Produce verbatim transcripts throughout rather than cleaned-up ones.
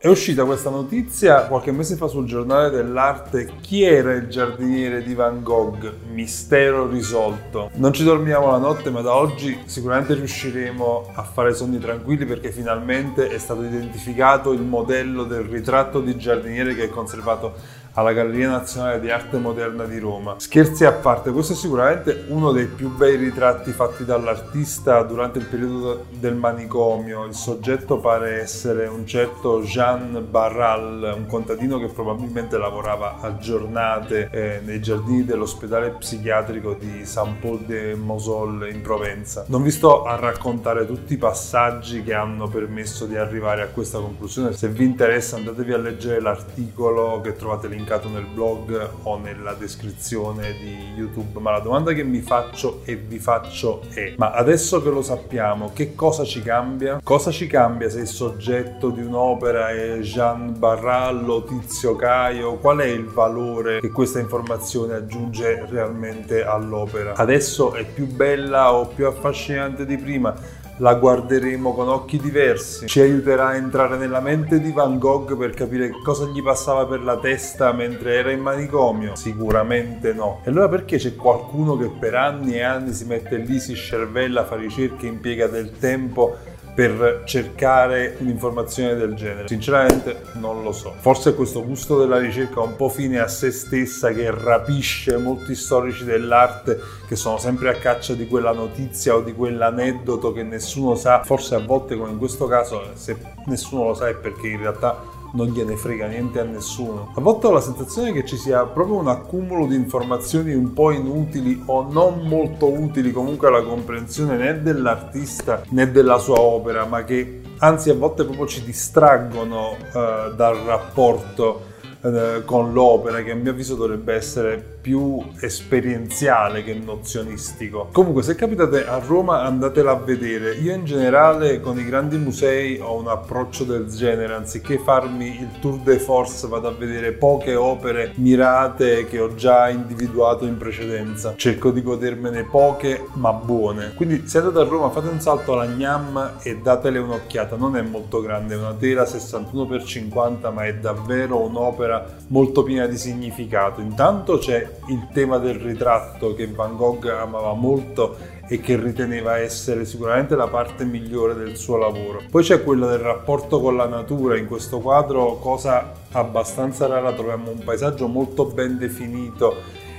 È uscita questa notizia qualche mese fa sul giornale dell'arte. Chi era il giardiniere di Van Gogh? Mistero risolto. Non ci dormiamo la notte, ma da oggi sicuramente riusciremo a fare sonni tranquilli, perché finalmente è stato identificato il modello del ritratto di giardiniere che è conservato alla Galleria Nazionale di Arte Moderna di Roma. Scherzi a parte, questo è sicuramente uno dei più bei ritratti fatti dall'artista durante il periodo del manicomio. Il soggetto pare essere un certo Jean Barral, un contadino che probabilmente lavorava a giornate eh, nei giardini dell'ospedale psichiatrico di Saint-Paul-de-Moselle in Provenza. Non vi sto a raccontare tutti i passaggi che hanno permesso di arrivare a questa conclusione. Se vi interessa, andatevi a leggere l'articolo che trovate link nel blog o nella descrizione di YouTube. Ma la domanda che mi faccio e vi faccio è: ma adesso che lo sappiamo, che cosa ci cambia? Cosa ci cambia se il soggetto di un'opera è Jean Barral o Tizio Caio? Qual è il valore che questa informazione aggiunge realmente all'opera? Adesso è più bella o più affascinante di prima? La guarderemo con occhi diversi? Ci aiuterà a entrare nella mente di Van Gogh per capire cosa gli passava per la testa mentre era in manicomio? Sicuramente no. E allora perché c'è qualcuno che per anni e anni si mette lì, si scervella, fa ricerche, impiega del tempo per cercare un'informazione del genere? Sinceramente non lo so. Forse è questo gusto della ricerca un po' fine a se stessa che rapisce molti storici dell'arte, che sono sempre a caccia di quella notizia o di quell'aneddoto che nessuno sa. Forse a volte, come in questo caso, se nessuno lo sa è perché in realtà non gliene frega niente a nessuno. A volte ho la sensazione che ci sia proprio un accumulo di informazioni un po' inutili o non molto utili comunque alla comprensione né dell'artista né della sua opera, ma che anzi a volte proprio ci distraggono uh, dal rapporto uh, con l'opera, che a mio avviso dovrebbe essere più esperienziale che nozionistico. Comunque, se capitate a Roma, andatela a vedere. Io in generale con i grandi musei ho un approccio del genere: anziché farmi il tour de force, vado a vedere poche opere mirate che ho già individuato in precedenza. Cerco di godermene poche ma buone. Quindi se andate a Roma, fate un salto alla Gnam e datele un'occhiata. Non è molto grande, è una tela sessantuno per cinquanta, ma è davvero un'opera molto piena di significato. Intanto c'è il tema del ritratto, che Van Gogh amava molto e che riteneva essere sicuramente la parte migliore del suo lavoro. Poi c'è quella del rapporto con la natura. In questo quadro, cosa abbastanza rara, troviamo un paesaggio molto ben definito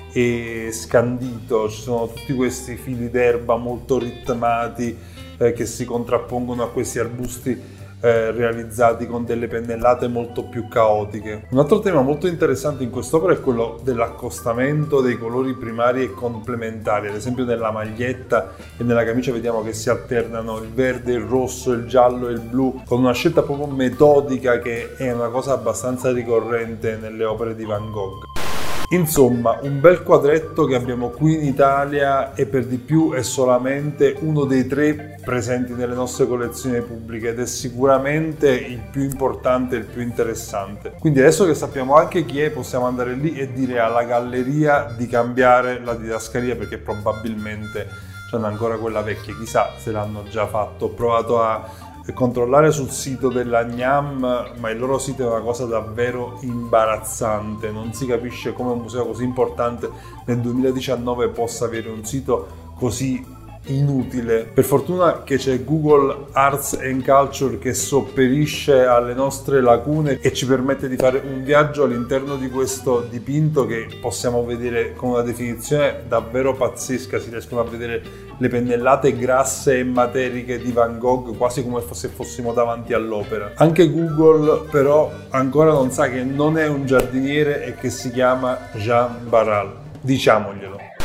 e scandito. Ci sono tutti questi fili d'erba molto ritmati eh, che si contrappongono a questi arbusti Eh, realizzati con delle pennellate molto più caotiche. Un altro tema molto interessante in quest'opera è quello dell'accostamento dei colori primari e complementari. Ad esempio nella maglietta e nella camicia vediamo che si alternano il verde, il rosso, il giallo e il blu, con una scelta proprio metodica che è una cosa abbastanza ricorrente nelle opere di Van Gogh. Insomma, un bel quadretto che abbiamo qui in Italia, e per di più è solamente uno dei tre presenti nelle nostre collezioni pubbliche, ed è sicuramente il più importante e il più interessante. Quindi adesso che sappiamo anche chi è, possiamo andare lì e dire alla galleria di cambiare la didascalia, perché probabilmente c'hanno ancora quella vecchia. Chissà se l'hanno già fatto. Ho provato a controllare sul sito della Gnam, ma il loro sito è una cosa davvero imbarazzante. Non si capisce come un museo così importante nel duemiladiciannove possa avere un sito così inutile. Per fortuna che c'è Google Arts and Culture che sopperisce alle nostre lacune e ci permette di fare un viaggio all'interno di questo dipinto che possiamo vedere con una definizione davvero pazzesca. Si riescono a vedere le pennellate grasse e materiche di Van Gogh, quasi come se fossimo davanti all'opera. Anche Google però ancora non sa che non è un giardiniere e che si chiama Jean Barral. Diciamoglielo.